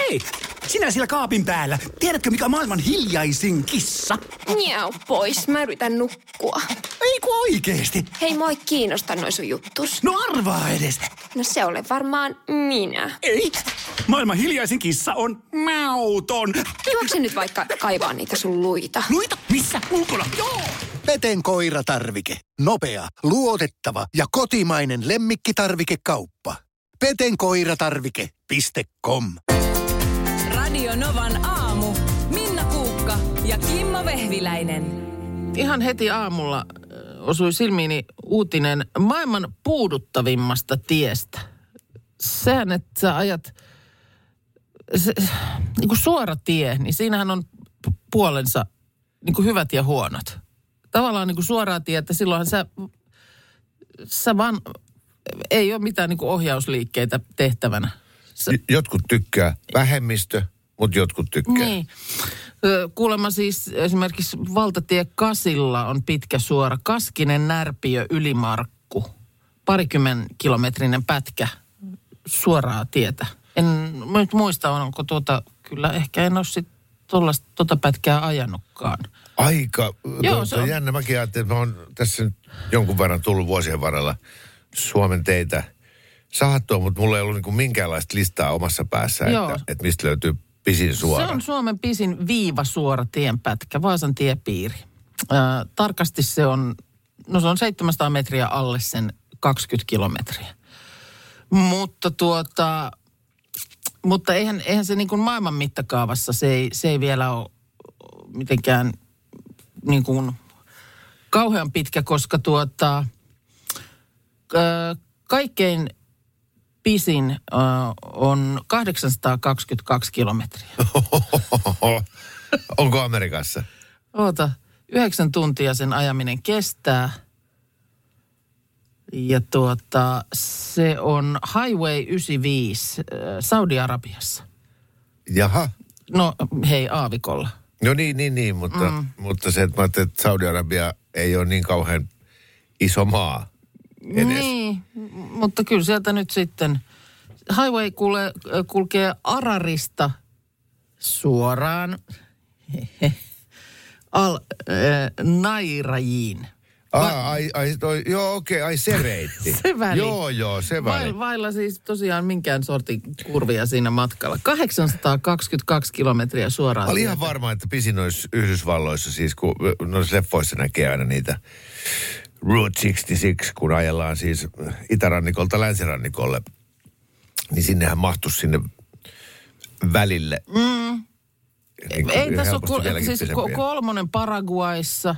Hei, sinä siellä kaapin päällä. Tiedätkö, mikä on maailman hiljaisin kissa? Miau pois, mä yritän nukkua. Ei kun oikeesti. Hei, moi kiinnosta noi sun juttus. No arvaa edes. No se ole varmaan minä. Ei. Maailman hiljaisin kissa on mauton. Juokse nyt vaikka kaivaa niitä sun luita. Luita? Missä? Ulkona? Joo. Peten koiratarvike. Nopea, luotettava ja kotimainen lemmikkitarvikekauppa. petenkoiratarvike.com. Radio Novan aamu. Minna Kuukka ja Kimmo Vehviläinen. Ihan heti aamulla osui silmiini uutinen maailman puuduttavimmasta tiestä. Sehän, että sä ajat niin kuin suora tie, niin siinähän on puolensa niin kuin hyvät ja huonot. Tavallaan niin kuin suoraa tietä, silloinhan sä vaan, ei ole mitään niin kuin ohjausliikkeitä tehtävänä. Jotkut tykkää, vähemmistö, mutta jotkut tykkää. Niin. Kuulemma siis esimerkiksi valtatie 8 on pitkä suora Kaskinen, Närpiö, Ylimarkku. 20 kilometrinen pätkä suoraa tietä. En nyt muista, onko kyllä ehkä en ole sitten tuota pätkää ajanutkaan. Aika jännä. Mäkin ajattelin, että mä oon tässä nyt jonkun verran tullut vuosien varrella Suomen teitä sahattua, mutta mulla ei ollut niinku minkäänlaista listaa omassa päässä, että mistä löytyy pisin suora. Se on Suomen pisin viivasuora tienpätkä, Vaasan tiepiiri. Tarkasti se on 700 metriä alle sen 20 kilometriä. Mutta eihän se niin kuin maailman mittakaavassa, se ei vielä ole mitenkään niin kuin kauhean pitkä, koska kaikkein pisin on 822 kilometriä. Onko Amerikassa? 9 tuntia sen ajaminen kestää. Ja se on Highway 95 Saudi-Arabiassa. Jaha. No hei, aavikolla. No niin, mutta se, että mä ajattelin, että Saudi-Arabia ei ole niin kauhean iso maa edes. Niin, mutta kyllä sieltä nyt sitten Highway kulkee Ararista suoraan Nairajiin. Se reitti. Se väli. Joo, se väli. Vailla siis tosiaan minkään sortin kurvia siinä matkalla. 822 kilometriä suoraan. Oli ihan varma, että pisin olisi Yhdysvalloissa siis, kun noissa leffoissa näkee aina niitä Route 66, kun ajellaan siis itärannikolta länsirannikolle, niin sinnehän mahtuisi sinne välille. Ei tässä ole, siis 3 Paraguayssa,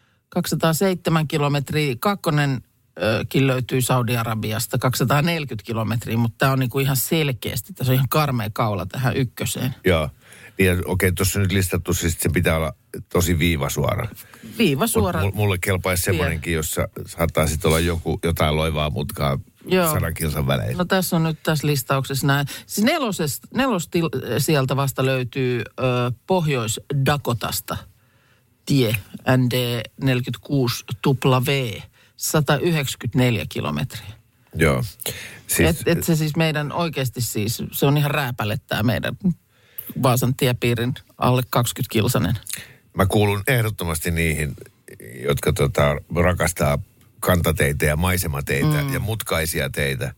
207 kilometriä, 2 löytyy Saudi-Arabiasta, 240 kilometriä, mutta tämä on niinku ihan selkeästi, tässä on ihan karmea kaula tähän 1. Joo, niin okei, tuossa on nyt listattu, siis se pitää olla tosi viivasuora. Viivasuora. Mulle kelpaisi semmoinenkin, jossa saattaa sitten olla jotain loivaa mutkaa 100 kilsan välein. No tässä on nyt tässä listauksessa näin. Siis sieltä vasta löytyy Pohjois-Dakotasta tie ND 46 W 194 kilometriä. Joo. Siis, se siis meidän oikeasti siis, se on ihan rääpälettää meidän Vaasan tiepiirin alle 20 kilsanen. Mä kuulun ehdottomasti niihin, jotka rakastaa kantateitä ja maisemateitä ja mutkaisia teitä.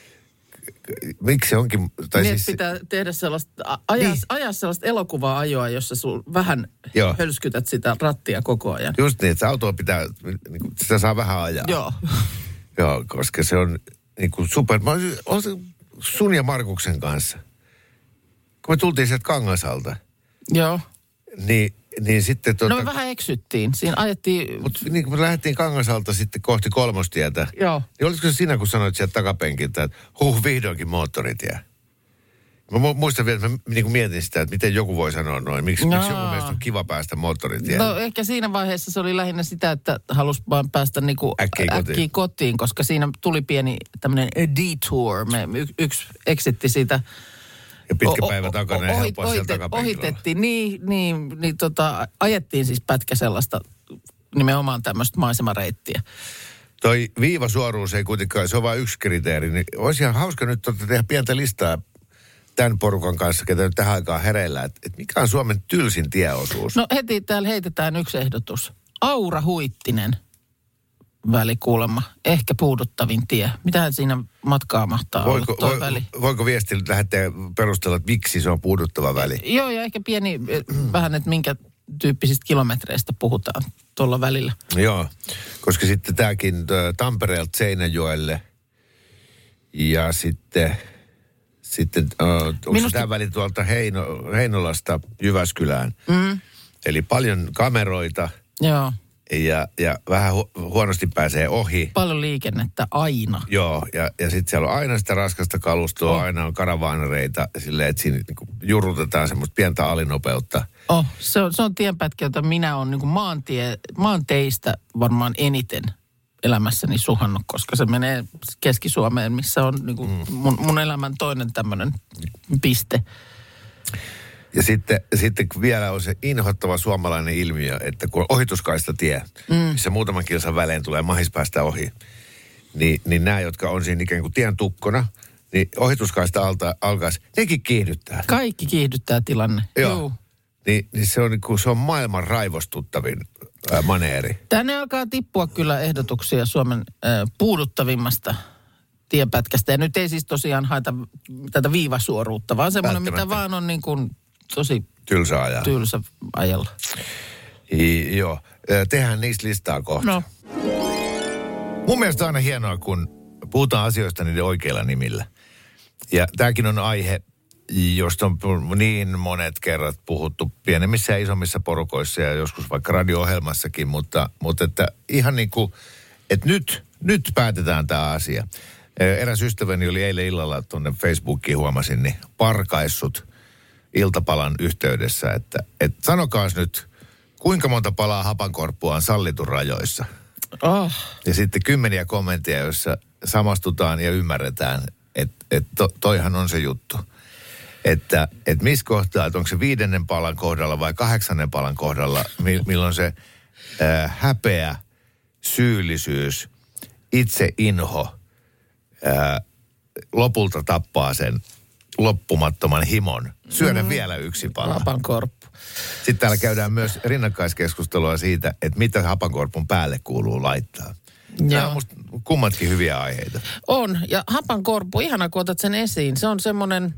Miksi se onkin? Tai niin, siis pitää tehdä sellaista, ajaa sellaista elokuvaa-ajoa, jossa sun vähän hölskytät sitä rattia koko ajan. Just niin, että autoa pitää, sitä saa vähän ajaa. Joo. Joo, koska se on niin kuin super. Mä olin sun ja Markuksen kanssa. Kun me tultiin sieltä Kangasalta. Joo. Niin sitten No me vähän eksyttiin. Siinä ajettiin. Mutta niin kun me lähdettiin Kangasalta sitten kohti Kolmostietä. Joo. Niin olisiko se sinä, kun sanoit sieltä takapenkiltä, että vihdoinkin moottoritie. Mä muistan vielä, että mä niin mietin sitä, että miten joku voi sanoa noin. Miksi joku mielestä on kiva päästä moottoritielle? No ehkä siinä vaiheessa se oli lähinnä sitä, että halusi vaan päästä niinku äkkiä kotiin, koska siinä tuli pieni tämmöinen detour. Me yksi eksitti siitä. Ja pitkä päivä takana ja helppoa sieltä takapenkillä. Ohitettiin, ajettiin siis pätkä sellaista nimenomaan tämmöistä maisemareittiä. Toi viivasuoruus ei kuitenkaan, se on vain yksi kriteeri. Niin olisi ihan hauska nyt tehdä pientä listaa tämän porukan kanssa, ketä nyt tähän aikaan hereillä, että mikä on Suomen tylsin tieosuus? No heti täällä heitetään yksi ehdotus. Aura-Huittinen välikuulemma. Ehkä puuduttavin tie. Mitähän siinä matkaa mahtaa olla toi väli? Voiko viestillä lähettää perustella, että miksi se on puuduttava väli? Joo, ja ehkä pieni vähän, että minkä tyyppisistä kilometreistä puhutaan tuolla välillä. Joo, koska sitten tämäkin Tampereelta Seinäjoelle ja sitten onko tämä väli tuolta Heinolasta Jyväskylään? Eli paljon kameroita. Joo. Ja vähän huonosti pääsee ohi. Paljon liikennettä aina. Joo, ja sitten siellä on aina sitä raskasta kalustoa, aina on karavaanareita silleen, että siinä niin jurutetaan semmoista pientä alinopeutta. Se on tienpätkä, jota minä olen niin maanteistä varmaan eniten elämässäni suhannut, koska se menee Keski-Suomeen, missä on niin kuin mun elämän toinen tämmöinen piste. Ja sitten vielä on se inhottava suomalainen ilmiö, että kun on ohituskaistatie, missä muutaman kilsan välein tulee mahis päästä ohi, niin nämä, jotka on siinä ikään kuin tien tukkona, niin ohituskaista alkaisi, nekin kiihdyttää. Kaikki kiihdyttää tilanne. Joo. Niin se on maailman raivostuttavin maneeri. Tänne alkaa tippua kyllä ehdotuksia Suomen puuduttavimmasta tienpätkästä. Ja nyt ei siis tosiaan haeta tätä viivasuoruutta, vaan semmoinen, mitä vaan on niin kuin tosi tylsä ajalla. Joo. Tehdään niistä listaa kohta. No. Mun mielestä on aina hienoa, kun puhutaan asioista niiden oikeilla nimillä. Ja tämäkin on aihe, josta on niin monet kerrat puhuttu pienemmissä ja isommissa porukoissa ja joskus vaikka radio-ohjelmassakin, mutta että ihan niin kuin, että nyt päätetään tämä asia. Eräs ystäväni oli eilen illalla tuonne Facebookiin, huomasin, niin parkaissut iltapalan yhteydessä, että sanokaas nyt, kuinka monta palaa hapankorppua on sallitun rajoissa. Ja sitten kymmeniä kommentteja, joissa samastutaan ja ymmärretään, että toihan on se juttu. Että missä kohtaa, että onko se 5. palan kohdalla vai 8. palan kohdalla, milloin se häpeä, syyllisyys, itse-inho lopulta tappaa sen loppumattoman himon. Syödä vielä yksi pala. Hapankorppu. Sitten täällä käydään myös rinnakkaiskeskustelua siitä, että mitä hapankorpun päälle kuuluu laittaa. Nämä on musta kummatkin hyviä aiheita. On, ja hapankorppu, ihana kun otat sen esiin. Se on semmoinen,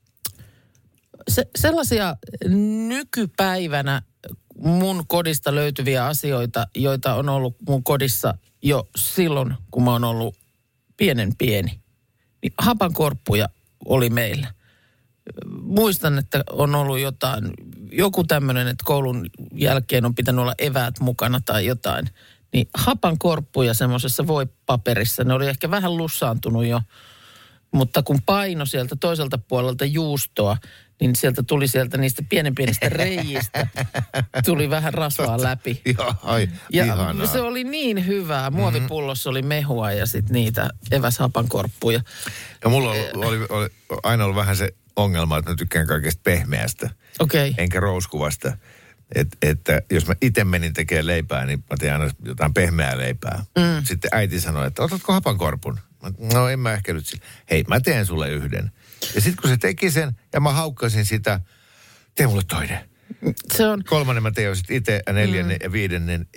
sellaisia nykypäivänä mun kodista löytyviä asioita, joita on ollut mun kodissa jo silloin, kun mä oon ollut pieni. Niin hapankorppuja oli meillä. Muistan, että on ollut joku tämmöinen, että koulun jälkeen on pitänyt olla eväät mukana tai jotain. Niin hapankorppuja semmoisessa voipaperissa, ne oli ehkä vähän lussaantunut jo. Mutta kun paino sieltä toiselta puolelta juustoa, niin sieltä tuli niistä pienistä reiistä, tuli vähän rasvaa läpi. Ja ihanaa. Se oli niin hyvää. Muovipullossa oli mehua ja sitten niitä eväshapankorppuja. Ja mulla oli aina ollut vähän se ongelma, että mä tykkään kaikesta pehmeästä. Okei. Enkä rouskuvasta. Että jos mä itse menin tekemään leipää, niin mä tein aina jotain pehmeää leipää. Sitten äiti sanoi, että otatko hapankorpun? No en mä ehkä nyt sillä. Hei, mä teen sulle yhden. Ja sitten kun se teki sen ja mä haukkasin sitä, tee mulle toinen. Se on... 3. mä tein sitten itse ja 4. ja 5.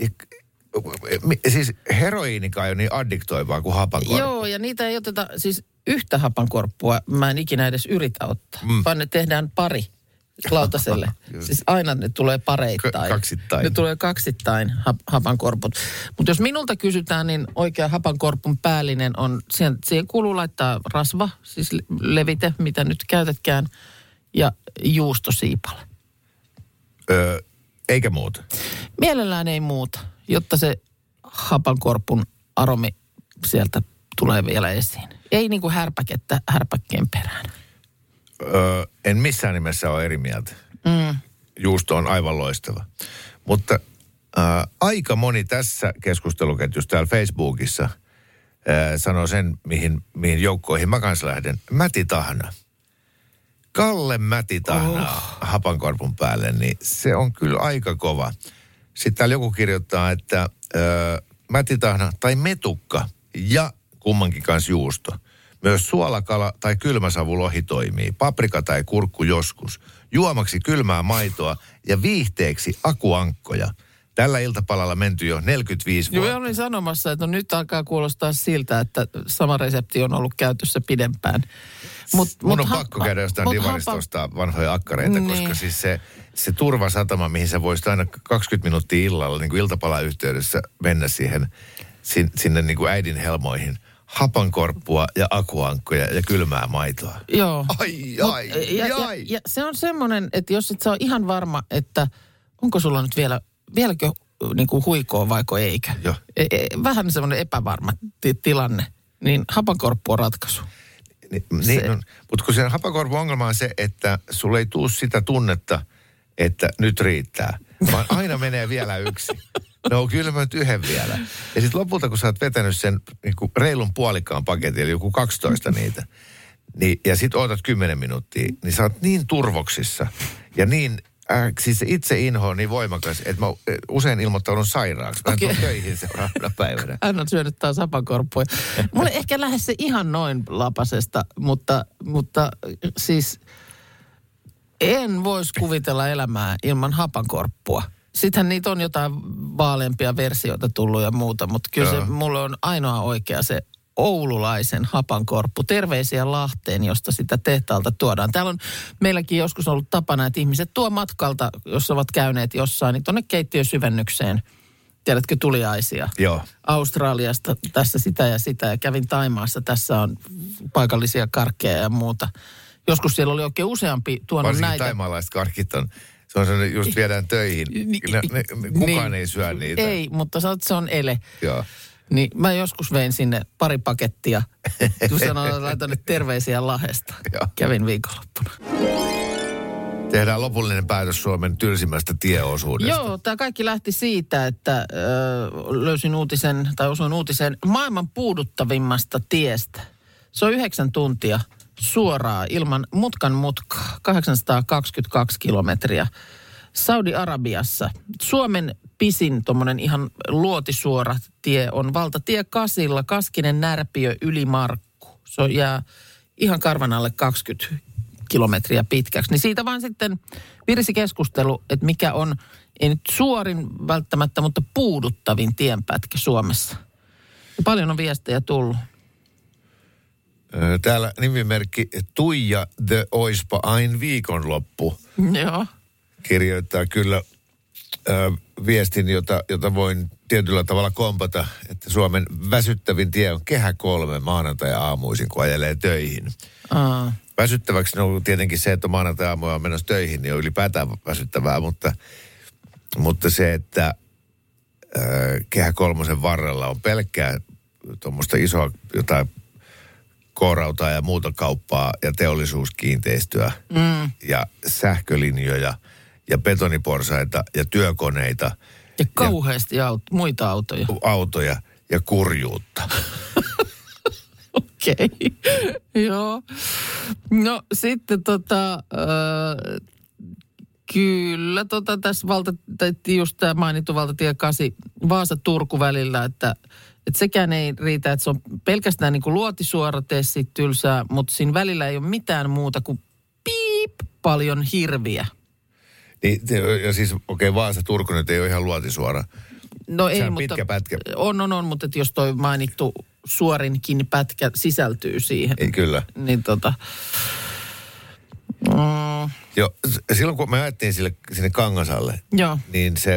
Siis heroiinikaan ei ole niin addiktoivaa kuin hapankorppu. Joo, ja niitä ei oteta, siis yhtä hapankorppua mä en ikinä edes yritä ottaa, vaan ne tehdään pari lautaselle. Siis aina ne tulee pareittain. Kaksittain. Ne tulee kaksittain hapankorput. Mutta jos minulta kysytään, niin oikea hapankorpun päällinen on, siihen kuuluu laittaa rasva, siis levite, mitä nyt käytätkään, ja juustosiipale. Eikä muuta? Mielellään ei muuta, jotta se hapankorpun aromi sieltä tulee vielä esiin. Ei niin kuin härpäkettä härpäkkeen perään. En missään nimessä ole eri mieltä. Juusto on aivan loistava. Mutta aika moni tässä keskusteluketjussa täällä Facebookissa sanoo sen, mihin joukkoihin mä kanssa lähden. Mätitahna. Kalle mätitahna hapankorpun päälle, niin se on kyllä aika kova. Sitten täällä joku kirjoittaa, että mätitahna tai metukka ja kummankin kanssa juusto. Myös suolakala tai kylmäsavulohi toimii. Paprika tai kurkku joskus. Juomaksi kylmää maitoa ja viihteeksi akuankkoja. Tällä iltapalalla menty jo 45 vuotta. Joo, olin sanomassa, että nyt alkaa kuulostaa siltä, että sama resepti on ollut käytössä pidempään. Mun on pakko käydä jostain divarista ostaa vanhoja akkareita, niin. Koska siis se turvasatama, mihin sä voisit aina 20 minuuttia illalla niin kuin iltapalayhteydessä mennä sinne niin kuin äidin helmoihin. Hapankorppua ja akuankkoja ja kylmää maitoa. Joo. Ai. Ja se on semmoinen, että jos et sä ole ihan varma, että onko sulla nyt vieläkö niin kuin huikoa vaiko eikä. Joo. Vähän semmoinen epävarma tilanne, niin hapankorppu on ratkaisu. Mutta kun se hapankorpun ongelma on se, että sulle ei tule sitä tunnetta, että nyt riittää. Vaan aina menee vielä yksi. No kyllä mä nyt yhden vielä. Ja sitten lopulta, kun sä oot vetänyt sen niin kuin reilun puolikkaan paketin, eli joku 12 niitä, niin, ja sit ootat 10 minuuttia, niin sä oot niin turvoksissa ja niin, siis se itse inho on niin voimakas, että mä usein ilmoittaudun sairaaksi. Mä en tule töihin seuraavana päivänä. Hän on syönyt taas hapankorppuja. Mulle ehkä lähes se ihan noin lapasesta, mutta siis en voisi kuvitella elämää ilman hapankorppua. Sittenhän niitä on jotain vaaleampia versioita tullut ja muuta, mutta kyllä se mulle on ainoa oikea se oululaisen hapankorppu. Terveisiä Lahteen, josta sitä tehtaalta tuodaan. Täällä on meilläkin joskus ollut tapana, että ihmiset tuo matkalta, jos ovat käyneet jossain, niin tuonne keittiösyvennykseen. Tiedätkö, tuliaisia? Joo. Australiasta tässä sitä ja sitä ja kävin Thaimaassa. Tässä on paikallisia karkkeja ja muuta. Joskus siellä oli oikein useampi tuonut varsinkin näitä. taimaalaiset karkit on, se on sellainen, just viedään töihin. Kukaan ei syö niitä. Ei, mutta se on ele. Joo. Niin mä joskus vein sinne pari pakettia. Kun sanoin, laitan nyt terveisiä Lahdesta. Kävin viikonloppuna. Tehdään lopullinen päätös Suomen tylsimmästä tieosuudesta. Joo, tämä kaikki lähti siitä, että löysin uutisen, tai osuin uutiseen maailman puuduttavimmasta tiestä. Se on 9 tuntia suoraa ilman mutkaa, 822 kilometriä. Saudi-Arabiassa. Suomen pisin tommonen ihan luotisuora tie on valtatie 8, Kaskinen, Närpiö, Ylimarkku. Se jää ihan karvan alle 20 kilometriä pitkäksi. Niin siitä vaan sitten virisi keskustelu, että mikä on, ei nyt suorin välttämättä, mutta puuduttavin tienpätkä Suomessa. Ja paljon on viestejä tullut. Täällä nimimerkki Tuija the Oispa Ain viikonloppu. Joo. Kirjoittaa kyllä viestin, jota voin tietyllä tavalla kompata, että Suomen väsyttävin tie on Kehä 3 maanantai-aamuisin, kun ajelee töihin. Väsyttäväksi on ollut tietenkin se, että maanantai-aamuja on menossa töihin, niin on ylipäätään väsyttävää, mutta se, että Kehä 3 varrella on pelkkää tuommoista isoa jotain koorautaa ja muuta kauppaa ja teollisuuskiinteistöä ja sähkölinjoja ja betoniporsaita ja työkoneita. Ja kauheasti muita autoja. Autoja ja kurjuutta. Okei, joo. No sitten kyllä tässä just tämä mainittu valtatie 8 Vaasa-Turku välillä, että sekään ei riitä, että se on pelkästään niin kuin luotisuora tessi tylsää, mutta siinä välillä ei ole mitään muuta kuin paljon hirviä. Niin, ja siis Vaasa-Turku nyt ei ole ihan luotisuora. No se ei, on mutta pitkä pätkä. On, mutta että jos toi mainittu suorinkin pätkä sisältyy siihen. Ei kyllä. Niin Joo, silloin kun me ajettiin sinne Kangasalle, niin se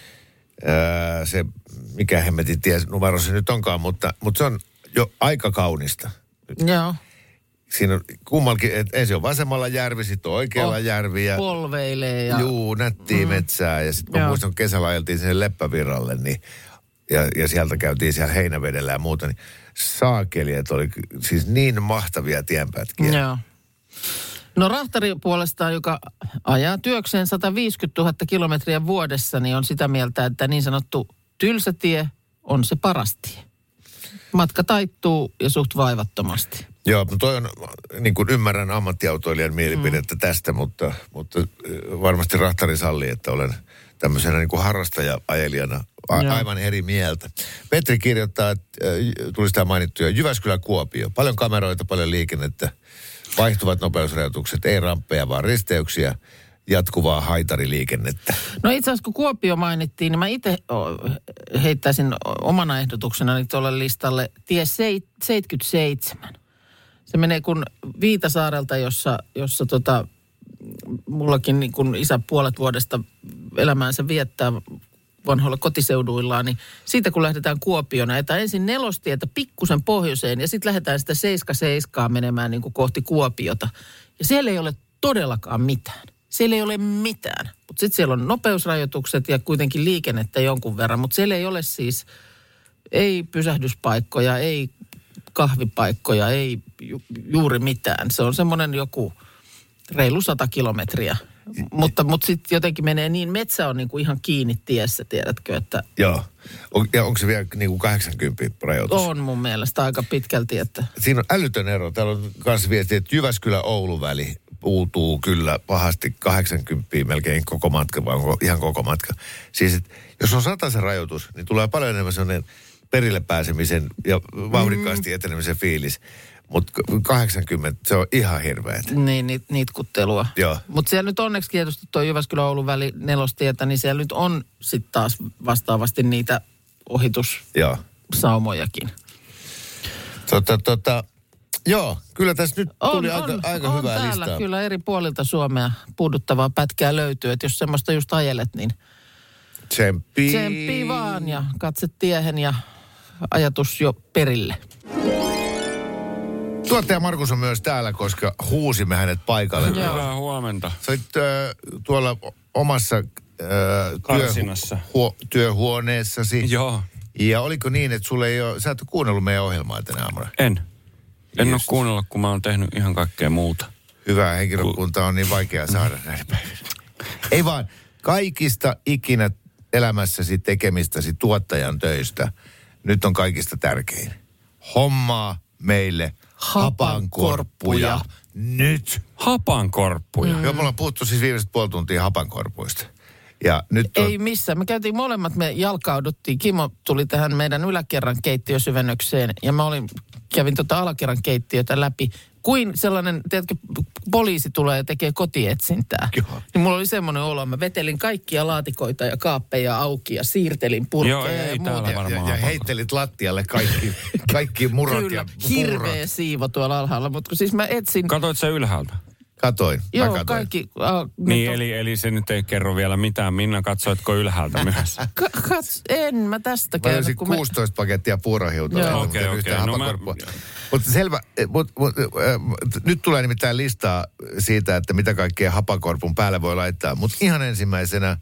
mikä hemmetin numero se nyt onkaan, mutta se on jo aika kaunista. Joo. Siinä on kummallakin, että ensin on vasemmalla järvi, sitten on oikealla järvi. Ja polveilee. Ja nättiä metsää. Ja sitten mä muistan, kesällä ajeltiin sinne Leppävirralle, niin, ja sieltä käytiin siellä Heinävedellä ja muuta, niin saakeli, että oli siis niin mahtavia tienpätkiä. Joo. No rahtari puolestaan, joka ajaa työkseen 150 000 kilometriä vuodessa, niin on sitä mieltä, että niin sanottu tylsätie on se paras tie. Matka taittuu ja suht vaivattomasti. Joo, mutta toi on, niin kuin ymmärrän ammattiautoilijan mielipidettä tästä, mutta varmasti rahtari sallii, että olen tämmöisenä niin kuin harrastaja-ajelijana aivan eri mieltä. Petri kirjoittaa, että tuli sitä mainittuja, Jyväskylä-Kuopio. Paljon kameroita, paljon liikennettä, vaihtuvat nopeusrajoitukset, ei ramppeja, vaan risteyksiä, jatkuvaa haitariliikennettä. No itse asiassa kun Kuopio mainittiin, niin mä itse heittäisin omana ehdotuksenani tuolle listalle tie 77. Se menee kun Viitasaarelta, jossa mullakin niin kun isä puolet vuodesta elämäänsä viettää vanhoilla kotiseuduillaan, niin siitä kun lähdetään Kuopioon, ajetaan ensin Nelostietä pikkusen pohjoiseen ja sitten lähdetään sitä 77 menemään niin kuin kohti Kuopiota. Ja siellä ei ole todellakaan mitään. Siellä ei ole mitään. Mutta sitten siellä on nopeusrajoitukset ja kuitenkin liikennettä jonkun verran, mutta siellä ei ole siis, ei pysähdyspaikkoja, ei kahvipaikkoja, ei juuri mitään. Se on semmoinen joku reilu 100 kilometriä. Mutta sitten jotenkin menee niin, metsä on niinku ihan kiinni tiessä, tiedätkö, että... Joo. Ja onko se vielä niinku 80 rajoitus? On mun mielestä aika pitkälti, että... Siinä on älytön ero. Täällä on myös viesti, että Jyväskylä-Oulu-väli puutuu kyllä pahasti 80 melkein koko matka, vai onko ihan koko matka. Siis, että jos on 100 rajoitus, niin tulee paljon enemmän sellainen perille pääsemisen ja vauhdikkaasti etenemisen fiilis. Mutta 80, se on ihan hirveetä. Niin, niitkuttelua. Joo. Mutta siellä nyt onneksi tietysti tuo Jyväskylä-Oulun väli Nelostietä, niin siellä nyt on sitten taas vastaavasti niitä ohitussaumojakin. Joo, kyllä tässä nyt tuli aika hyvää täällä listaa. Kyllä eri puolilta Suomea puuduttavaa pätkää löytyy, että jos semmoista just ajelet, niin... Tsemppii vaan ja katse tiehen ja ajatus jo perille. Tuottaja Markus on myös täällä, koska huusimme hänet paikalle. Hyvää huomenta. Sä olit tuolla omassa työhuoneessasi. Joo. Ja oliko niin, että sulle ei ole, sä et ole kuunnellut meidän ohjelmaa tänä aamuna? En ole kuunnellut, kun mä oon tehnyt ihan kaikkea muuta. Hyvää henkilökuntaa on niin vaikea saada näin päivinä. Ei vaan, kaikista ikinä elämässäsi tekemistäsi tuottajan töistä nyt on kaikista tärkein. Hommaa meille hapankorppuja nyt. Hapankorppuja? Joo, me ollaan puhuttu siis viimeiset puoli tuntia hapankorpuista. Ja nyt Ei missään. Me käytiin molemmat, me jalkauduttiin. Kimmo tuli tähän meidän yläkerran keittiösyvennykseen ja kävin alakerran keittiötä läpi. Kuin sellainen, tiedätkö, poliisi tulee ja tekee kotietsintää. Joo. Niin mulla oli semmoinen olo, mä vetelin kaikkia laatikoita ja kaappeja auki ja siirtelin purkkeja. Joo, ei täällä varmaan. Ja heittelit lattialle kaikki murot Kyllä, ja hirveä siivo tuolla alhaalla, mutta siis mä etsin... Katoit sä ylhäältä? Katoin. Joo, kaikki... Niin, eli se nyt ei kerro vielä mitään. Minna, katsoitko ylhäältä myös? En mä tästä kerro. Mä löysin 16 pakettia puurohiutoja. Okei. No mutta selvä. Nyt tulee nimittäin listaa siitä, että mitä kaikkea hapankorpun päälle voi laittaa. Mutta ihan ensimmäisenä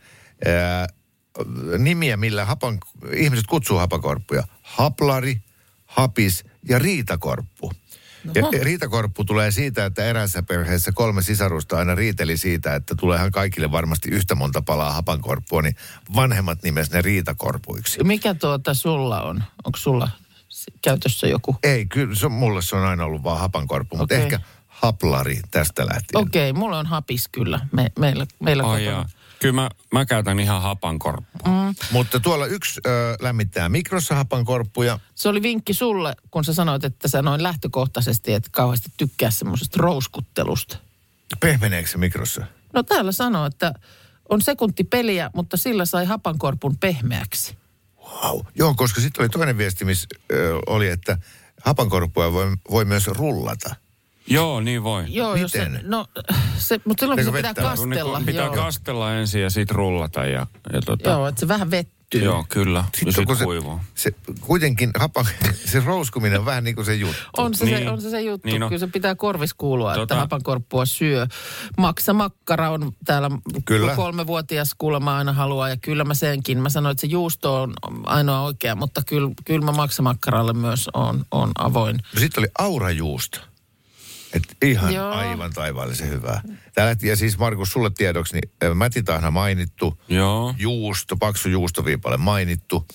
nimiä, millä ihmiset kutsuu hapankorppuja. Haplari, hapis ja riitakorppu. Ja riitakorppu tulee siitä, että eräässä perheessä 3 sisarusta aina riiteli siitä, että tuleehan kaikille varmasti yhtä monta palaa hapankorppua, niin vanhemmat nimes ne riitakorpuiksi. Mikä sulla on? Onko sulla käytössä joku? Ei, kyllä mulle se on aina ollut vaan hapankorppu, mutta ehkä haplari tästä lähtien. Okei, mulla on hapis kyllä. Meillä kotona. Kyllä mä käytän ihan hapankorppua. Mutta tuolla yksi lämmittää mikrossa hapankorppuja. Se oli vinkki sulle, kun sä sanoit, että sä noin lähtökohtaisesti, että kauheasti tykkää semmoisesta rouskuttelusta. Pehmeneekö se mikrossa? No täällä sanoo, että on sekuntipeliä, mutta sillä sai hapankorpun pehmeäksi. Wow. Joo, koska sitten oli toinen viesti, missä oli, että hapankorppua voi myös rullata. Joo, niin voi. Joo, miten? Mutta silloin kun se pitää kastella. Pitää kastella ensin ja sitten rullata. Joo, että se vähän vettyy. Joo, kyllä. Ja sitten kuivuu. Se kuitenkin se rouskuminen on vähän niin kuin se juttu. On se juttu. Niin, Kyllä se pitää korvis kuulua, että hapankorppua syö. Maksamakkara on täällä 3-vuotias kuulemma aina haluaa ja kyllä mä senkin. Mä sanoin, että se juusto on ainoa oikea, mutta kyllä mä maksamakkaralle myös on avoin. Sitten oli aurajuusto. Että ihan aivan taivaallisen hyvää. Ja siis Markus, sulle tiedoksi, niin mätitahna mainittu. Joo. Juusto, paksu juustoviipale mainittu.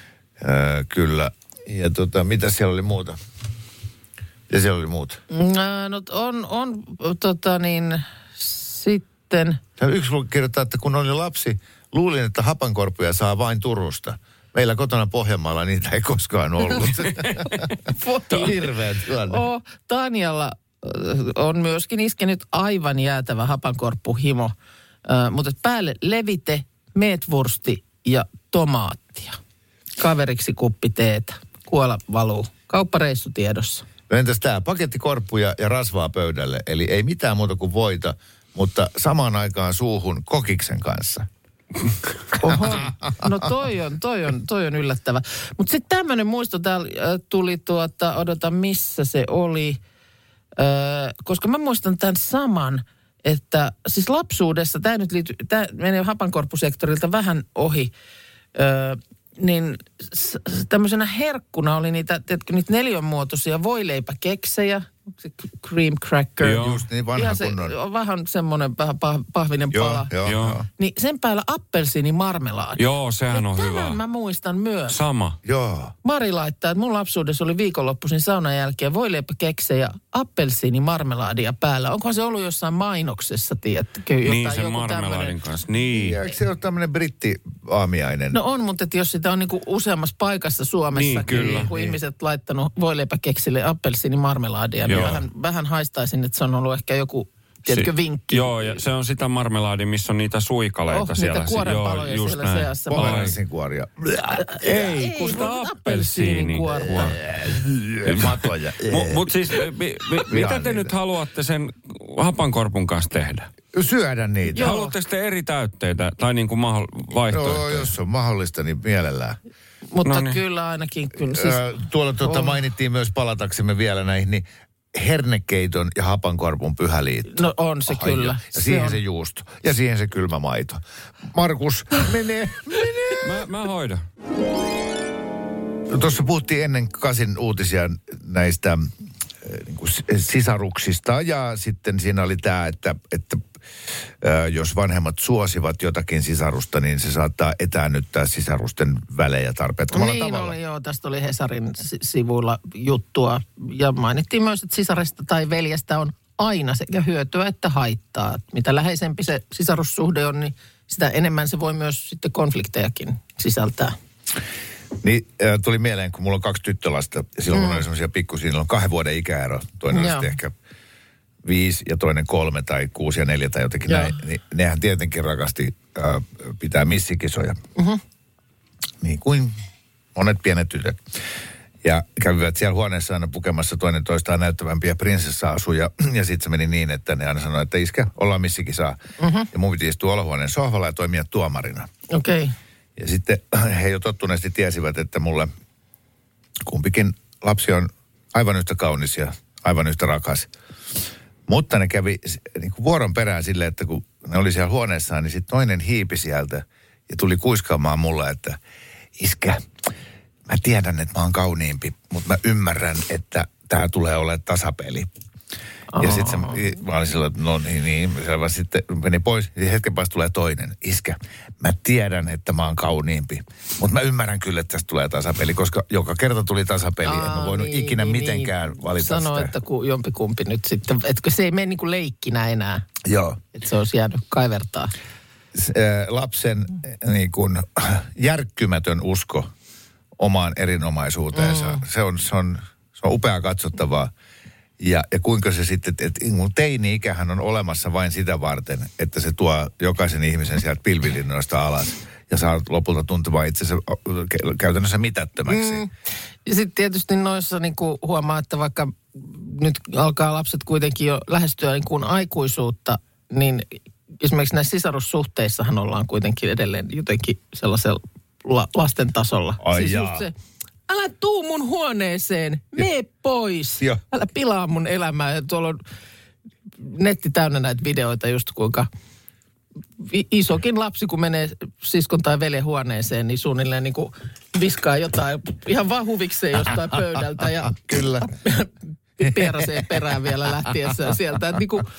Kyllä. Ja mitä siellä oli muuta? Ja siellä oli muuta? No sitten... Täällä yksi kirjoittaa, että kun oli lapsi, luulin, että hapankorppuja saa vain Turusta. Meillä kotona Pohjanmaalla niitä ei koskaan ollut. Hirveä tilanne. Tanjalla on myöskin iskenyt aivan jäätävä hapankorppuhimo. Mutta päälle levite, meetwursti ja tomaattia. Kaveriksi kuppi teetä. Kuola valuu. Kauppareissu tiedossa. No entäs tää? Pakettikorppuja ja rasvaa pöydälle. Eli ei mitään muuta kuin voita, mutta samaan aikaan suuhun kokiksen kanssa. Oho, no toi on yllättävä. Mutta sitten tämmöinen muisto täällä tuli odota missä se oli, koska mä muistan tämän saman, että siis lapsuudessa, tämä menee hapankorppusektorilta vähän ohi, niin tämmöisenä herkkuna oli niitä neliönmuotoisia voileipäkeksejä, cream cracker. Joo. Just niin, vanha kunnon. Vähän semmoinen vähän pahvinen pala. Joo. Niin sen päällä appelsiinimarmelaadi. Joo, sehän on hyvä. Tämän mä muistan myös. Sama. Joo. Mari laittaa, että mun lapsuudessa oli viikonloppuisin saunan jälkeen voileipäkeksejä appelsiinimarmelaadia päällä. Onkohan se ollut jossain mainoksessa, tiedättekö? Niin, sen marmelaadin kanssa. Niin. Ja eikö se ole tämmöinen britti-aamiainen? No on, mutta että jos sitä on niinku useammassa paikassa Suomessakin, niin kun ihmiset laittanut voileipäkeksille appelsiinimarmelaadia, niin vähän haistaisin, että se on ollut ehkä joku, tiedätkö, vinkki. Joo, ja se on sitä marmelaadia, missä on niitä suikaleita siellä. Niitä kuorenpaloja just siellä seassa. Pomeransinkuoria. Ei, kun sitä appelsiinikuoria. Matoja. Mutta siis, mitä te nyt haluatte sen hapankorpun kanssa tehdä? Syödä niitä. Joo. Haluatteko te eri täytteitä tai niin kuin vaihtoehtoja? Joo, jos on mahdollista, niin mielellään. Mutta kyllä ainakin. Kyllä, siis, tuolla mainittiin myös palataksemme vielä näihin, niin hernekeiton ja hapankorpun pyhä liitto. No on se kyllä. Ja siihen se juusto. Ja siihen se kylmä maito. Markus, menee. Mä hoidan. Tuossa puhuttiin ennen Kasin uutisia näistä niin kuin sisaruksista. Ja sitten siinä oli tämä, että jos vanhemmat suosivat jotakin sisarusta, niin se saattaa etäännyttää sisarusten välejä tarpeettomalla tavalla. Niin oli, tästä oli Hesarin sivuilla juttua. Ja mainittiin myös, että sisaresta tai veljestä on aina sekä hyötyä että haittaa. Mitä läheisempi se sisarussuhde on, niin sitä enemmän se voi myös sitten konfliktejakin sisältää. Niin tuli mieleen, kun mulla on 2 tyttölasta. Ja silloin kun oli semmoisia pikkuisia, niillä on 2 vuoden ikäero. Toinen on sitten ehkä 5 ja toinen 3 tai 6 ja 4 tai jotenkin näin. Niin nehän tietenkin rakasti pitää missikisoja. Niin kuin monet pienet tytöt. Ja kävivät siellä huoneessa aina pukemassa toinen toistaan näyttävämpiä prinsessa-asuja. Ja sitten se meni niin, että ne aina sanoi, että iskä, ollaan missikisaa. Ja mun piti istua olohuoneen sohvalla ja toimia tuomarina. Okei. Okay. Ja sitten he jo tottuneesti tiesivät, että mulle kumpikin lapsi on aivan yhtä kaunis ja aivan yhtä rakas. Mutta ne kävi niin kuin vuoron perään silleen, että kun ne oli siellä huoneessaan, niin sitten toinen hiipi sieltä ja tuli kuiskaamaan mulle, että iskä, mä tiedän, että mä oon kauniimpi, mutta mä ymmärrän, että tää tulee olemaan tasapeli. Ja sitten mä olin silloin, että no niin, selvä. Sitten meni pois, ja hetken päästä tulee toinen. Iskä, mä tiedän, että mä oon kauniimpi, mutta mä ymmärrän kyllä, että tästä tulee tasapeli, koska joka kerta tuli tasapeli, en mä voinut ikinä mitenkään valita Sano, sitä. Että jompikumpi nyt sitten, etkö se ei mene niin kuin leikkinä enää. Joo. Että se olisi jäänyt kaivertaa. Lapsen niin kuin järkkymätön usko omaan erinomaisuuteensa, se on upea katsottavaa. Ja kuinka se sitten, että teini-ikähän on olemassa vain sitä varten, että se tuo jokaisen ihmisen sieltä pilvilinnoista alas ja saa lopulta tuntumaan itsensä käytännössä mitättömäksi. Ja sitten tietysti noissa niin kuin huomaa, että vaikka nyt alkaa lapset kuitenkin jo lähestyä niin kuin aikuisuutta, niin esimerkiksi näissä sisarussuhteissahan ollaan kuitenkin edelleen jotenkin sellaisella lasten tasolla. Ai siis jaa. just se, älä tuu mun huoneeseen, mene pois. Joo. Älä pilaa mun elämää. Ja tuolla on netti täynnä näitä videoita just kuinka isokin lapsi, kun menee siskon tai veljen huoneeseen, niin suunnilleen niin kuin viskaa jotain ihan vaan huvikseen jostain pöydältä. Ja Kyllä. pierasee perään vielä lähtiessään sieltä. Niin kuin,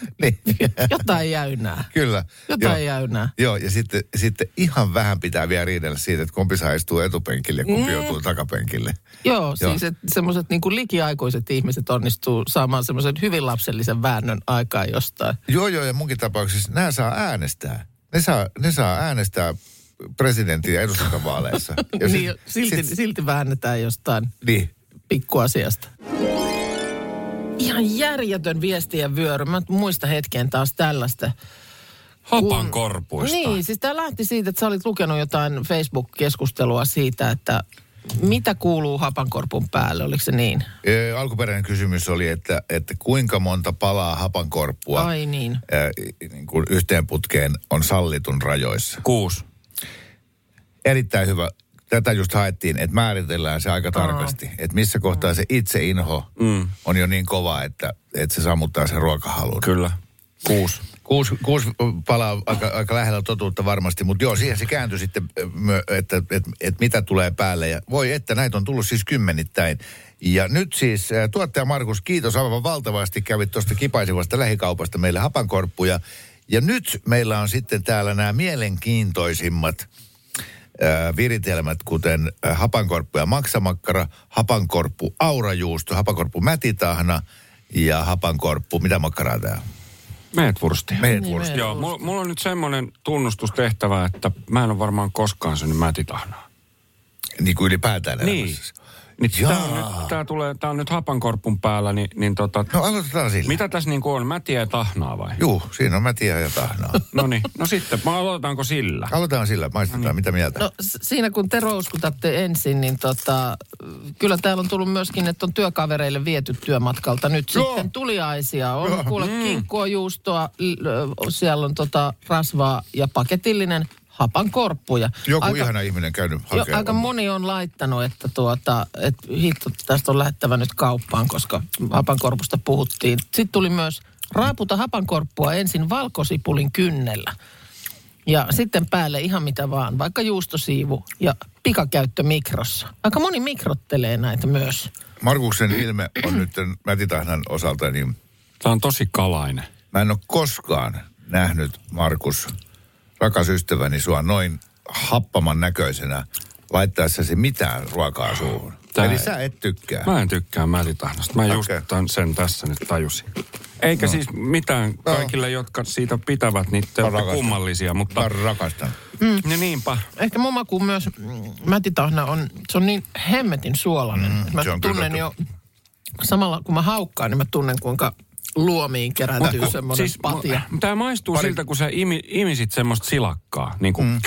jotain jäynää. Kyllä. Jotain jäynää. Joo, ja sitten ihan vähän pitää vielä riidellä siitä, että kumpi saa istua etupenkille ja kumpi joutuu takapenkille. Joo, siis että semmoiset niin kuin likiaikuiset ihmiset onnistuu saamaan semmoisen hyvin lapsellisen väännön aikaa jostain. Joo, ja munkin tapauksessa nämä saa äänestää. Ne saa äänestää presidentin ja eduskuntavaaleissa. Ja niin, silti väännetään jostain pikkuasiasta. Ihan järjetön viestien vyöry. Mä muistan hetken taas tällaista. Hapankorpuista. Niin, siis tää lähti siitä, että sä olit lukenut jotain Facebook-keskustelua siitä, että mitä kuuluu hapankorpun päälle, oliko se niin? Alkuperäinen kysymys oli, että kuinka monta palaa hapankorppua niin kuin yhteen putkeen on sallitun rajoissa. 6. Erittäin hyvä. Tätä just haettiin, että määritellään se aika tarkasti. Että missä kohtaa se itseinho on jo niin kova, että se sammuttaa sen ruokahalun. Kyllä. 6. 6 palaa aika lähellä totuutta varmasti, mutta joo, siihen se kääntyi sitten, että mitä tulee päälle. Ja voi että, näitä on tullut siis kymmenittäin. Ja nyt siis tuottaja Markus, kiitos aivan valtavasti, kävit tuosta kipaisevasta lähikaupasta meille hapankorppuja. Ja nyt meillä on sitten täällä nämä mielenkiintoisimmat viritelmät, kuten hapankorppu ja maksamakkara, hapankorppu aurajuusto, hapankorppu mätitahna ja hapankorppu, mitä makkaraa tää? Meetwursti. Meetwursti. Joo, mulla on nyt semmoinen tunnustustehtävä, että mä en ole varmaan koskaan syönyt mätitahnaa. Niin kuin ylipäätään elämässä. Niin, tää on nyt hapankorppun päällä, niin No aloitetaan sillä. mitä tässä niin on, mätiä ja tahnaa vai? Juu, siinä on mätiä ja tahnaa. No sitten, aloitetaanko sillä? Aloitetaan sillä, maistetaan, mitä mieltä? No siinä kun te rouskutatte ensin, niin kyllä täällä on tullut myöskin, että on työkavereille viety työmatkalta nyt sitten tuliaisia. On kuule kinkkua, juustoa, siellä on rasvaa ja paketillinen hapankorppuja. Joku ihana ihminen käynyt hakemaan. Aika moni on laittanut, että hitto, tästä on lähettävä nyt kauppaan, koska hapankorpusta puhuttiin. Sitten tuli myös raaputa hapankorppua ensin valkosipulin kynnellä. Ja sitten päälle ihan mitä vaan, vaikka juustosiivu ja pikakäyttö mikrossa. Aika moni mikrottelee näitä myös. Markuksen ilme on nyt mätitahnan osalta, niin Tämä on tosi kalainen. mä en ole koskaan nähnyt, Markus, rakas ystäväni, sua noin happaman näköisenä laittaessasi mitään ruokaa suuhun. Eli sä et tykkää. Mä en tykkää mätitahnasta. Mä just sen tässä nyt tajusin. Eikä siis mitään kaikille, jotka siitä pitävät, niin te olette kummallisia, mutta Mä rakastan. No niinpä. Ehkä mun makuun myös mätitahna se on niin hemmetin suolainen. Mä tunnen jo, samalla kun mä haukkaan, niin mä tunnen kuinka luomiin kerääntyy semmoinen patia. Tää maistuu siltä, kun sä imisit semmoista silakkaa. Niin kuin,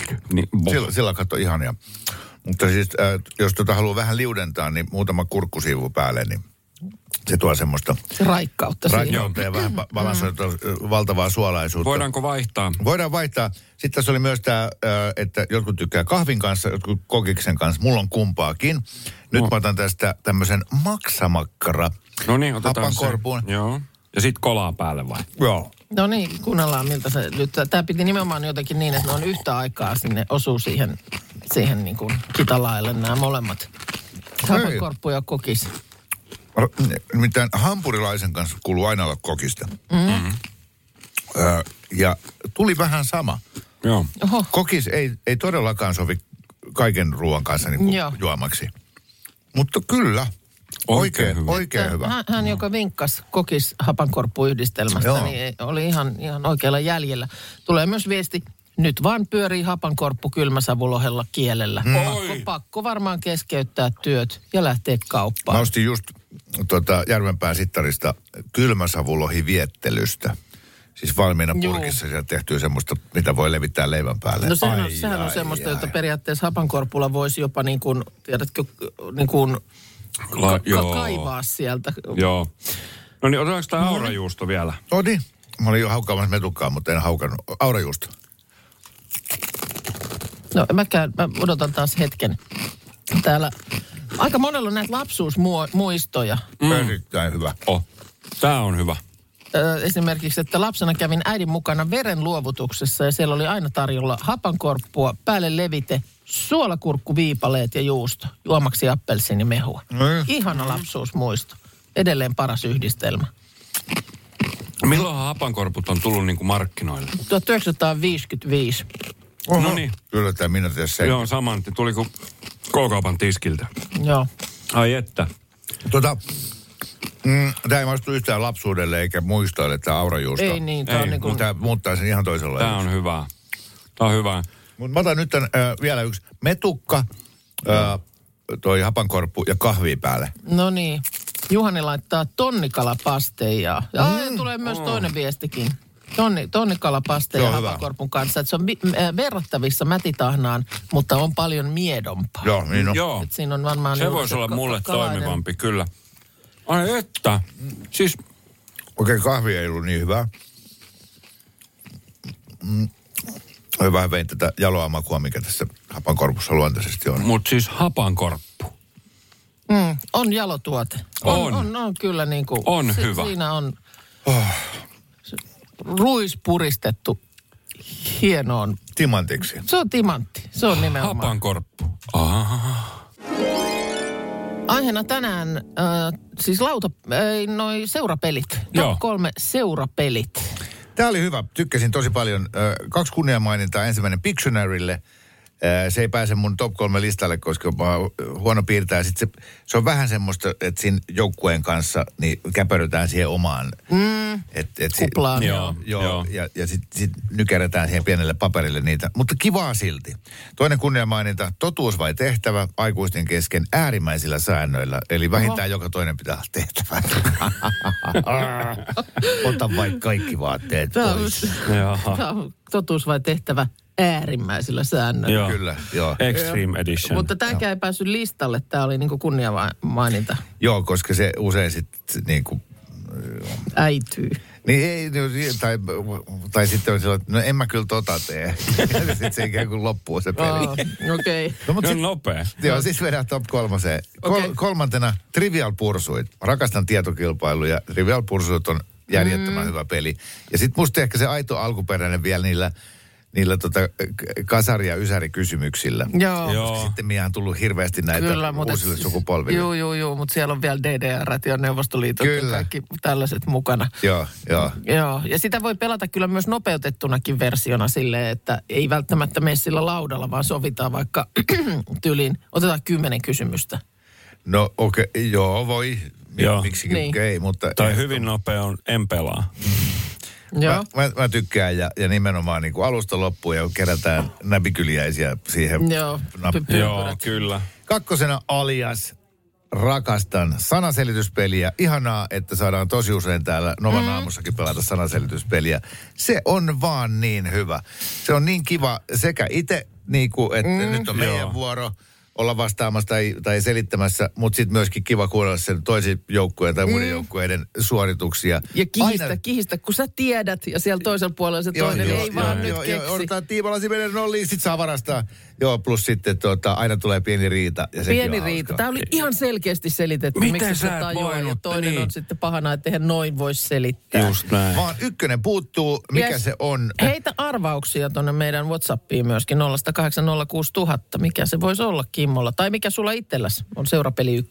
Silakat on ihania. Mutta siis, jos haluaa vähän liudentaa, niin muutama kurkkusiivu päälle, niin se tuo semmoista raikkautta ja vähän balansoitua valtavaa suolaisuutta. Voidaanko vaihtaa? Voidaan vaihtaa. Sitten tässä oli myös tämä, että jotkut tykkää kahvin kanssa, jotkut kokiksen kanssa. Mulla on kumpaakin. Nyt mä otan tästä tämmöisen maksamakkara. No niin, otetaan hapankorpuun. Se. Joo. Ja sitten kolaa päälle vai? Joo. No niin, kuunnellaan miltä se nyt. Tämä piti nimenomaan jotenkin niin, että ne on yhtä aikaa sinne osuu siihen niin kuin kitalaille nämä molemmat. Hapankorppu ja kokis. Nimittäin hampurilaisen kanssa kuuluu aina olla kokista. Ja tuli vähän sama. Joo. Oho. Kokis ei todellakaan sovi kaiken ruoan kanssa niin kuin juomaksi. Mutta kyllä. Oikein hyvä. Hän joka vinkkasi kokis hapankorppuyhdistelmästä, niin oli ihan oikealla jäljellä. Tulee myös viesti, nyt vaan pyörii hapankorppu kylmäsavulohella kielellä. Pakko varmaan keskeyttää työt ja lähteä kauppaan. Mä ostin just Järvenpään sittarista kylmäsavulohiviettelystä. Siis valmiina purkissa sieltä tehtyy semmoista, mitä voi levittää leivän päälle. No sehän on semmoista, jota periaatteessa hapankorpulla voisi jopa niin kuin, tiedätkö, niin kuin kaivaa sieltä. Joo. No niin, otetaanko tämä aurajuusto vielä? No niin. Mä olin jo haukkaamassa metukkaa, mutta en haukannut. Aurajuusto. No mä odotan taas hetken. Täällä aika monella on näitä lapsuusmuistoja. Erittäin hyvä. Tää on hyvä. Esimerkiksi, että lapsena kävin äidin mukana verenluovutuksessa ja siellä oli aina tarjolla hapankorppua, päälle levite, suolakurkkuviipaleet ja juusto, juomaksi appelsiinimehua. Ihana lapsuusmuisto. Edelleen paras yhdistelmä. Milloin hapankorput on tullut niin kuin markkinoille? 1955. No niin. Kyllä tämä minä tiedä sen. Joo, saman. Tuli kuin K-kaupan tiskiltä. Joo. Ai että. Tämä ei maistu yhtään lapsuudelle eikä muistoille, tämä aurajuusto. Ei niin, tämä on niin kuin... Tämä muuttaa sen ihan toisella. Tämä on hyvä. Tämä on hyvä. Mutta mä otan nyt vielä yksi metukka, toi hapankorppu ja kahvia päälle. No niin. Juhani laittaa tonnikalapasteja. Ja tulee myös toinen viestikin. Tonnikalapasteja ja hapankorpun kanssa. Että se on verrattavissa mätitahnaan, mutta on paljon miedompaa. Joo, niin on. Joo. Et siinä on varmaan se voisi olla mulle toimivampi, kyllä. Ai että. Siis... Okei, kahvi ei ollut niin hyvää. Vähän vein tätä jaloa makua, mikä tässä hapankorpussa luontaisesti on. Mutta siis hapankorppu. On jalotuote. On kyllä niin kuin... On hyvä. Siinä on ruispuristettu hienoon... Timantiksi. Se on timantti. Se on nimenomaan. Hapankorppu. Aiheena tänään siis seurapelit. Joo. Top 3 seurapelit. Tämä oli hyvä. Tykkäsin tosi paljon. 2 kunniamainintaa. Ensimmäinen Pictionarylle. Se ei pääse mun top 3 listalle, koska mä oon huono piirtää. Sitten se on vähän semmoista, että siinä joukkueen kanssa niin käpärötään siihen omaan. Kuplaan. Joo. Ja sitten nykäretään siihen pienelle paperille niitä. Mutta kivaa silti. Toinen kunniamaininta, totuus vai tehtävä aikuisten kesken äärimmäisillä säännöillä. Eli vähintään joka toinen pitää olla tehtävä. Ota vaikka kaikki vaatteet pois. Totuus vai tehtävä äärimmäisillä säännöillä. Joo. Kyllä, joo. Extreme Edition. Mutta tämäkään ei päässyt listalle. Tämä oli niinku kunniamaininta. Joo, koska se usein sitten niinku... Äityy. Niin ei, tai sitten on sellainen, no en mä kyllä tee. Ja sitten se ikään kuin loppuu se peli. Okei. No, nopea. Joo, siis vedään top 3. Okay. Kolmantena Trivial Pursuit. Rakastan tietokilpailuja. Trivial Pursuit on järjettömän hyvä peli. Ja sitten musta ehkä se aito alkuperäinen vielä niillä kasari- ja ysärikysymyksillä. Joo. Sitten miään on tullut hirveästi näitä kyllä, uusille sukupolville. Joo, mutta siellä on vielä DDR ja Neuvostoliitot ja kaikki tällaiset mukana. Joo. Ja sitä voi pelata kyllä myös nopeutettunakin versiona silleen, että ei välttämättä mene sillä laudalla, vaan sovitaan vaikka tyyliin, otetaan 10 kysymystä. No okei, voi. Miksikin niin. Ei, mutta... Tai hyvin nopea on en pelaa. Joo. Mä tykkään ja nimenomaan niin kuin alusta loppuun ja kerätään näpikyliäisiä siihen. Joo, kyllä. 2. Alias. Rakastan sanaselityspeliä. Ihanaa, että saadaan tosi usein täällä Novan aamussakin pelata sanaselityspeliä. Se on vaan niin hyvä. Se on niin kiva sekä itse, niin kuin, että nyt on meidän vuoro olla vastaamassa tai selittämässä, mutta sitten myöskin kiva kuunnella sen toisen joukkueen tai muiden joukkueiden suorituksia. Ja kihistä, kun sä tiedät ja siellä toisella puolella se toinen ei vaan nyt keksi. Odotetaan Tiimalasi menen nolliin, sit saa varastaa. Joo, plus sitten aina tulee pieni riita. Ja pieni riita. Tämä oli ihan selkeästi selitetty, miksi se tajuaa. Ja toinen on sitten pahana, että eihän noin voi selittää. Just näin. Vaan 1 puuttuu, mikä se on. Heitä arvauksia tuonne meidän WhatsAppiin myöskin 0806000. Mikä se voisi olla Kimmolla? Tai mikä sulla itselläsi on seurapeli 1?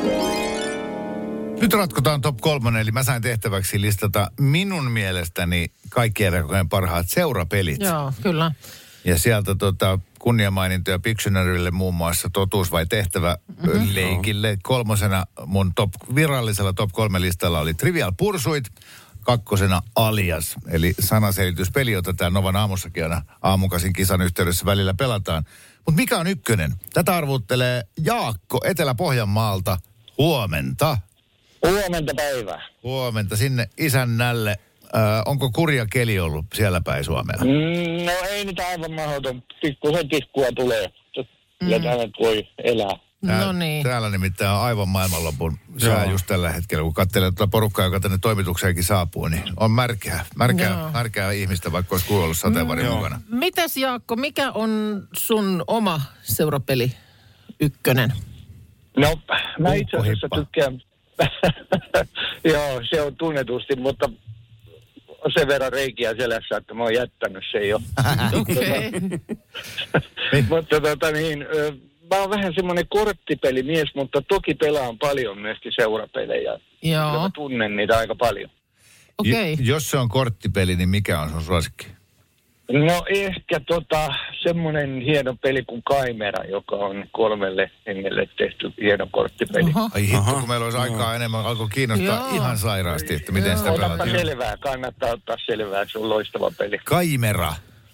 Nyt ratkotaan top 3, eli mä sain tehtäväksi listata minun mielestäni kaikkien aikojen parhaat seurapelit. Joo, kyllä. Ja sieltä kunniamainintoja Pictionarylle muun muassa totuus vai tehtävä leikille. 3. mun virallisella top 3 listalla oli Trivial Pursuit. 2. Alias, eli sanaselityspeli, jota täällä Novan aamussakin aina aamukasin kisan yhteydessä välillä pelataan. Mutta mikä on 1? Tätä arvuttelee Jaakko Etelä-Pohjanmaalta. Huomenta. Huomenta päivää. Huomenta sinne isännälle. Onko kurja keli ollut siellä päin Suomea? No ei nyt aivan mahdoton. Pikkusen tiskua tulee. Ja täällä voi elää. No niin. Täällä nimittäin on aivan maailmanlopun sää just tällä hetkellä. Kun katselee tuota porukkaa, joka tänne toimitukseenkin saapuu, niin on märkää ihmistä, vaikka olisi kuullut sateenvarjon mukana. Mitäs Jaakko, mikä on sun oma seurapeli 1? No, mä itse asiassa tykkään. Joo, se on tunnetusti, mutta sen verran reikiä selässä, että mä oon jättänyt sen jo. Okei. Mutta mä oon vähän semmoinen korttipelimies, mutta toki pelaan paljon myöskin seurapelejä. Joo. Mä tunnen niitä aika paljon. Okei. Jos se on korttipeli, niin mikä on sun suosikki? No ehkä semmoinen hieno peli kuin Kaimera, joka on 3 hengelle tehty hieno korttipeli. Ai hitto, kun meillä olisi aikaa enemmän, alkoi kiinnostaa ihan sairaasti, että miten sitä pelataan. Otapa selvää, kannattaa ottaa selvää, se on loistava peli. Kaimera.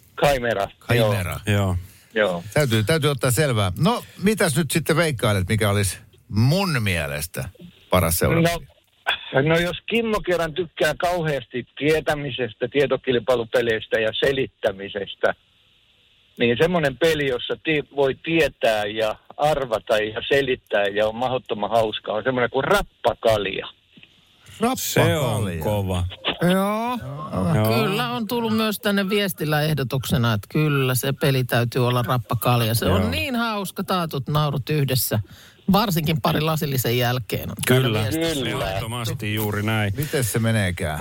Joo. Täytyy ottaa selvää. No, mitäs nyt sitten veikkailet, mikä olisi mun mielestä paras seuraava? No jos Kimmo kerran tykkää kauheasti tietämisestä, tietokilpailupeleistä ja selittämisestä, niin semmoinen peli, jossa voi tietää ja arvata ja selittää ja on mahdottoman hauskaa, on semmoinen kuin Rappakalja. Se on kova. Joo. Kyllä on tullut myös tänne viestillä ehdotuksena, että kyllä se peli täytyy olla Rappakalja. Se on niin hauska, taatut naurut yhdessä. Varsinkin pari lasillisen jälkeen. Kyllä. Ehdottomasti juuri näin. Miten se meneekään?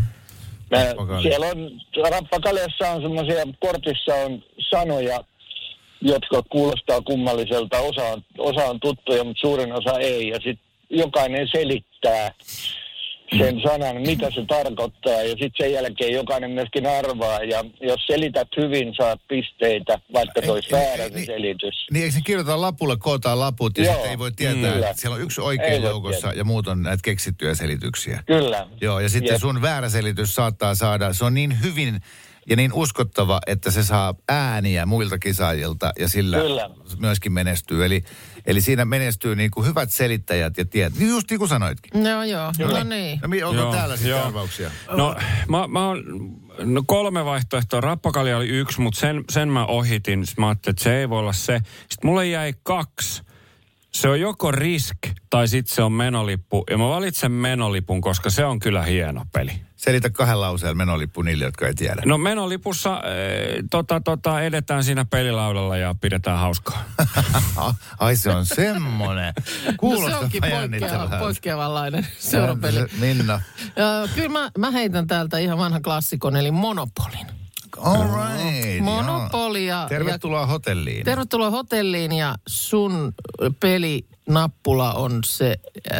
Siellä on, Rappakaljassa on semmoisia, kortissa on sanoja, jotka kuulostaa kummalliselta. Osa on tuttuja, mutta suurin osa ei. Ja sitten jokainen selittää sen sanan, mitä se tarkoittaa. Ja sitten sen jälkeen jokainen myöskin arvaa. Ja jos selität hyvin, saat pisteitä, vaikka tois väärä se selitys. Niin, eikö se kirjoittaa lapulle, kootaan laput ja sitten ei voi tietää, että siellä on yksi oikea joukossa ja muut on näitä keksittyjä selityksiä. Kyllä. Joo, ja sitten sun väärä selitys saattaa saada, se on niin hyvin ja niin uskottava, että se saa ääniä muilta kisaajilta ja sillä myöskin menestyy. Eli siinä menestyy niin kuin hyvät selittäjät ja tiedät. Niin just niin kuin sanoitkin. Joo. No niin. No, onko täällä sitten arvauksia? No, mä oon 3 vaihtoehtoa. Rappakalja oli 1, mutta sen mä ohitin. Sitten mä ajattelin, että se ei voi olla se. Sitten mulle jäi 2. Se on joko Risk tai sitten se on Menolippu. Ja mä valitsen Menolipun, koska se on kyllä hieno peli. Selitä 2 lauseella Menolippu niille, jotka ei tiedä. No Menolipussa edetään siinä pelilaudalla ja pidetään hauskaa. Ai se on semmoinen. Kuulostaa no se onkin poikkeavanlainen seurapeli. Minna. Kyllä mä heitän täältä ihan vanhan klassikon, eli Monopolin. All right. Monopolia. Tervetuloa hotelliin. Tervetuloa hotelliin ja sun pelinappula on se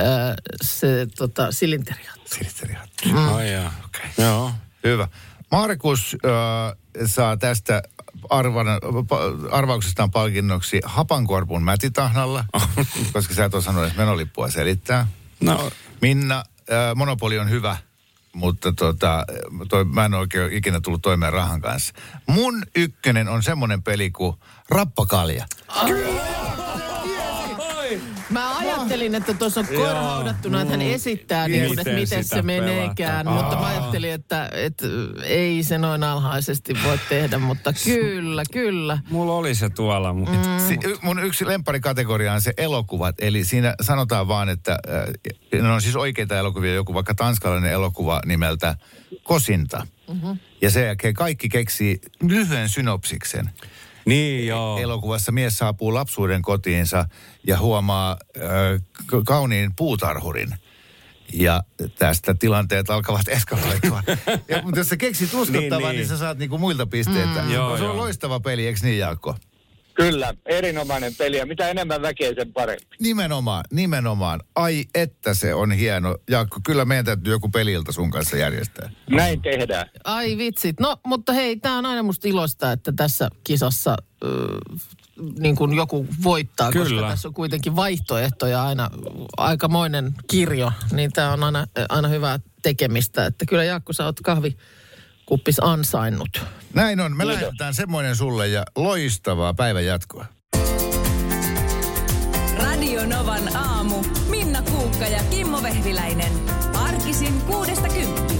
silinterihattu. Silinterihattu. Ai jaa. Okay. Joo. Hyvä. Markus saa tästä arvauksestaan palkinnoksi hapankorpun mätitahnalla, koska sä et osannut edes Menolippua selittää. No. Minna, Monopoli on hyvä. Mutta mä en oikein ikinä tullut toimeen rahan kanssa. Mun ykkönen on semmoinen peli kuin Rappakalja. Mä ajattelin, että tuossa on korhaudattuna, että hän esittää niin, että miten se meneekään. Mutta mä ajattelin, että ei se noin alhaisesti voi tehdä, mutta kyllä. Mulla oli se tuolla. Mun yksi lempparikategoria on se elokuvat. Eli siinä sanotaan vaan, että ne on siis oikeita elokuvia, joku vaikka tanskalainen elokuva nimeltä Kosinta. Mm-hmm. Ja sen jälkeen kaikki keksii lyhyen synopsiksen. Niin joo. Elokuvassa mies saapuu lapsuuden kotiinsa ja huomaa kauniin puutarhurin. Ja tästä tilanteet alkavat eskaloitua. Mutta jos sä keksit uskottavaa, niin sä saat niinku muilta pisteitä. Se on loistava peli, eikö niin Jaakko? Kyllä, erinomainen peli ja mitä enemmän väkeä, sen parempi. Nimenomaan. Ai että se on hieno. Jaakko, kyllä meidän täytyy joku peli-ilta sun kanssa järjestää. Näin tehdään. Ai vitsit. No, mutta hei, tää on aina musta iloista, että tässä kisassa niin kuin joku voittaa, kyllä. Koska tässä on kuitenkin vaihtoehtoja aina aikamoinen kirjo, niin tää on aina hyvää tekemistä. Että kyllä Jaakko, sä oot kahvikuppis ansainnut. Näin on. Me lähetetään semmoinen sulle ja loistavaa päivän jatkoa. Radio Novan aamu. Minna Kuukka ja Kimmo Vehviläinen. Arkisin 6–10.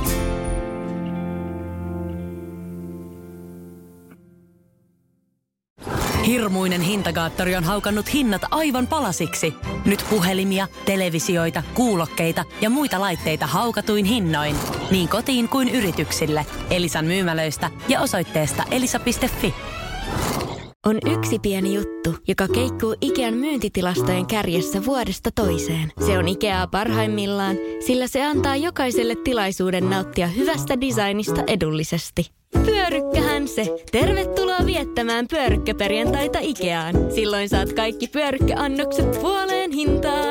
Hirmuinen hintakaattori on haukannut hinnat aivan palasiksi. Nyt puhelimia, televisioita, kuulokkeita ja muita laitteita haukatuin hinnoin. Niin kotiin kuin yrityksille. Elisan myymälöistä ja osoitteesta elisa.fi. On yksi pieni juttu, joka keikkuu Ikean myyntitilastojen kärjessä vuodesta toiseen. Se on Ikeaa parhaimmillaan, sillä se antaa jokaiselle tilaisuuden nauttia hyvästä designista edullisesti. Pyörykkähän se! Tervetuloa viettämään pyörykkäperjantaita Ikeaan. Silloin saat kaikki pyörykkäannokset puoleen hintaan.